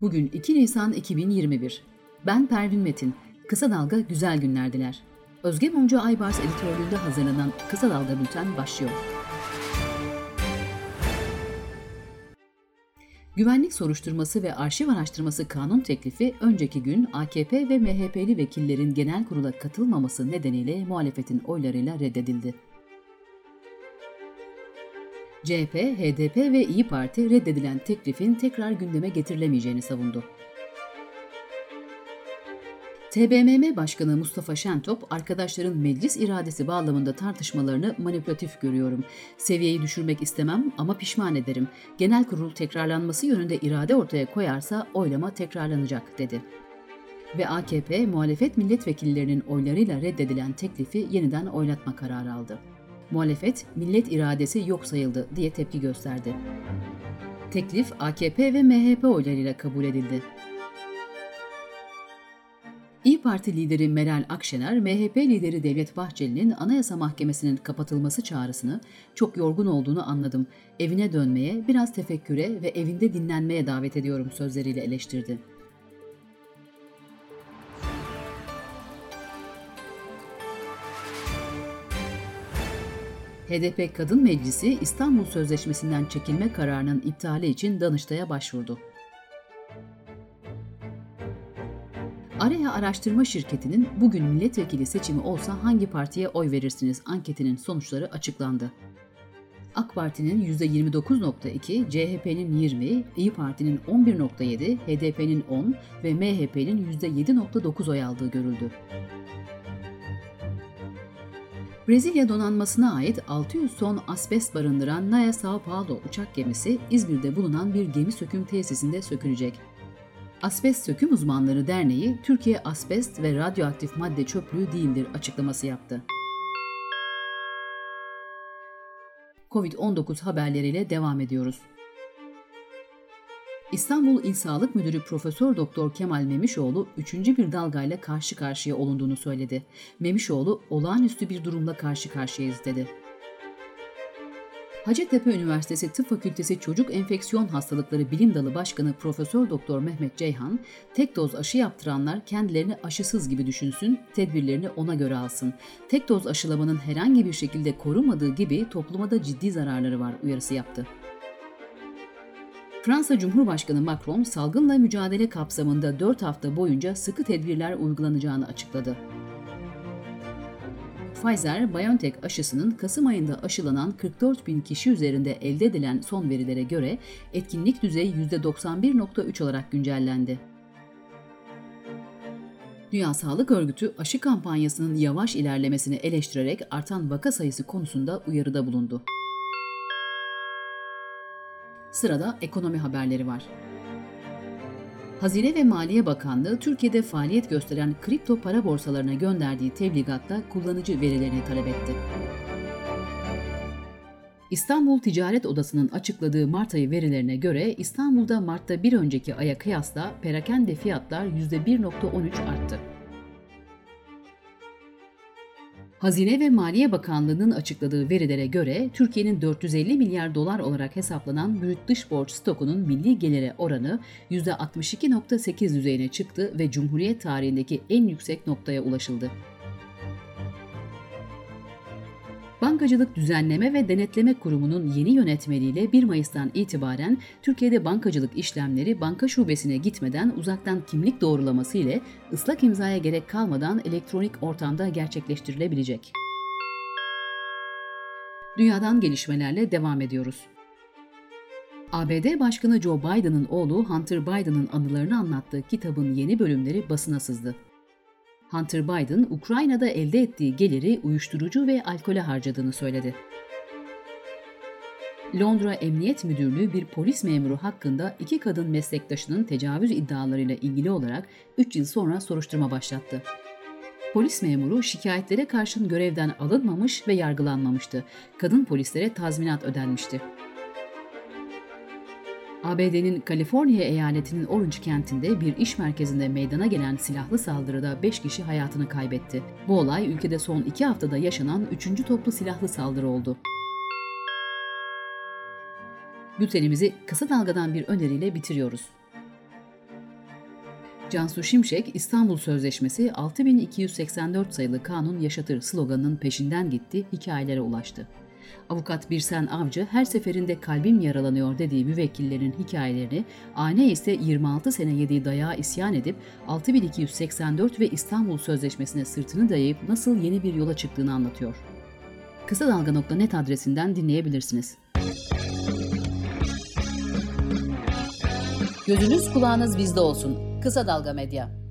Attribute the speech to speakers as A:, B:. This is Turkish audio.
A: Bugün 2 Nisan 2021. Ben Pervin Metin. Kısa Dalga güzel günler diler. Özge Mumcu Aybars editörlüğünde hazırlanan Kısa Dalga Bülten başlıyor. Güvenlik soruşturması ve arşiv araştırması kanun teklifi önceki gün AKP ve MHP'li vekillerin genel kurula katılmaması nedeniyle muhalefetin oylarıyla reddedildi. CHP, HDP ve İyi Parti reddedilen teklifin tekrar gündeme getirilemeyeceğini savundu. TBMM Başkanı Mustafa Şentop, arkadaşların meclis iradesi bağlamında tartışmalarını manipülatif görüyorum. Seviyeyi düşürmek istemem ama pişman ederim. Genel kurul tekrarlanması yönünde irade ortaya koyarsa oylama tekrarlanacak, dedi. Ve AKP, muhalefet milletvekillerinin oylarıyla reddedilen teklifi yeniden oylatma kararı aldı. Muhalefet, millet iradesi yok sayıldı diye tepki gösterdi. Teklif AKP ve MHP oylarıyla kabul edildi. İyi Parti lideri Meral Akşener, MHP lideri Devlet Bahçeli'nin Anayasa Mahkemesi'nin kapatılması çağrısını "Çok yorgun olduğunu anladım. Evine dönmeye, biraz tefekküre ve evinde dinlenmeye davet ediyorum" sözleriyle eleştirdi. HDP Kadın Meclisi İstanbul Sözleşmesi'nden çekilme kararının iptali için Danıştay'a başvurdu. Araya Araştırma Şirketi'nin "Bugün milletvekili seçimi olsa hangi partiye oy verirsiniz?" anketinin sonuçları açıklandı. AK Parti'nin %29.2, CHP'nin 20, İyi Parti'nin 11.7, HDP'nin 10 ve MHP'nin %7.9 oy aldığı görüldü. Brezilya donanmasına ait 600 ton asbest barındıran Naya Sao Paulo uçak gemisi İzmir'de bulunan bir gemi söküm tesisinde sökülecek. Asbest Söküm Uzmanları Derneği, Türkiye asbest ve radyoaktif madde çöplüğü değildir açıklaması yaptı. Covid-19 haberleriyle devam ediyoruz. İstanbul İl Sağlık Müdürü Profesör Doktor Kemal Memişoğlu 3. bir dalgayla karşı karşıya olunduğunu söyledi. Memişoğlu, olağanüstü bir durumla karşı karşıyayız, dedi. Hacettepe Üniversitesi Tıp Fakültesi Çocuk Enfeksiyon Hastalıkları Bilim Dalı Başkanı Profesör Doktor Mehmet Ceyhan, tek doz aşı yaptıranlar kendilerini aşısız gibi düşünsün, tedbirlerini ona göre alsın. Tek doz aşılamanın herhangi bir şekilde korunmadığı gibi topluma da ciddi zararları var uyarısı yaptı. Fransa Cumhurbaşkanı Macron, salgınla mücadele kapsamında 4 hafta boyunca sıkı tedbirler uygulanacağını açıkladı. Pfizer-BioNTech aşısının Kasım ayında aşılanan 44 bin kişi üzerinde elde edilen son verilere göre etkinlik düzeyi %91.3 olarak güncellendi. Dünya Sağlık Örgütü aşı kampanyasının yavaş ilerlemesini eleştirerek artan vaka sayısı konusunda uyarıda bulundu. Sırada ekonomi haberleri var. Hazine ve Maliye Bakanlığı, Türkiye'de faaliyet gösteren kripto para borsalarına gönderdiği tebligatta kullanıcı verilerini talep etti. İstanbul Ticaret Odası'nın açıkladığı Mart ayı verilerine göre İstanbul'da Mart'ta bir önceki aya kıyasla perakende fiyatlar %1.13 arttı. Hazine ve Maliye Bakanlığı'nın açıkladığı verilere göre Türkiye'nin 450 milyar dolar olarak hesaplanan brüt dış borç stokunun milli gelire oranı %62.8 düzeyine çıktı ve Cumhuriyet tarihindeki en yüksek noktaya ulaşıldı. Bankacılık Düzenleme ve Denetleme Kurumu'nun yeni yönetmeliğiyle 1 Mayıs'tan itibaren Türkiye'de bankacılık işlemleri banka şubesine gitmeden uzaktan kimlik doğrulaması ile ıslak imzaya gerek kalmadan elektronik ortamda gerçekleştirilebilecek. Dünyadan gelişmelerle devam ediyoruz. ABD Başkanı Joe Biden'ın oğlu Hunter Biden'ın anılarını anlattığı kitabın yeni bölümleri basına sızdı. Hunter Biden, Ukrayna'da elde ettiği geliri uyuşturucu ve alkole harcadığını söyledi. Londra Emniyet Müdürlüğü bir polis memuru hakkında 2 kadın meslektaşının tecavüz iddialarıyla ilgili olarak 3 yıl sonra soruşturma başlattı. Polis memuru şikayetlere karşın görevden alınmamış ve yargılanmamıştı. Kadın polislere tazminat ödenmişti. ABD'nin Kaliforniya eyaletinin Orange kentinde bir iş merkezinde meydana gelen silahlı saldırıda 5 kişi hayatını kaybetti. Bu olay ülkede son 2 haftada yaşanan 3. toplu silahlı saldırı oldu. Bültenimizi kısa dalgadan bir öneriyle bitiriyoruz. Cansu Şimşek, İstanbul Sözleşmesi 6284 sayılı kanun yaşatır sloganının peşinden gitti, hikayelere ulaştı. Avukat Birsen Avcı her seferinde kalbim yaralanıyor dediği müvekkillerin hikayelerini, Ane ise 26 sene yediği dayağa isyan edip 6284 ve İstanbul Sözleşmesi'ne sırtını dayayıp nasıl yeni bir yola çıktığını anlatıyor. Kısadalga.net adresinden dinleyebilirsiniz. Gözünüz kulağınız bizde olsun. Kısa Dalga Medya.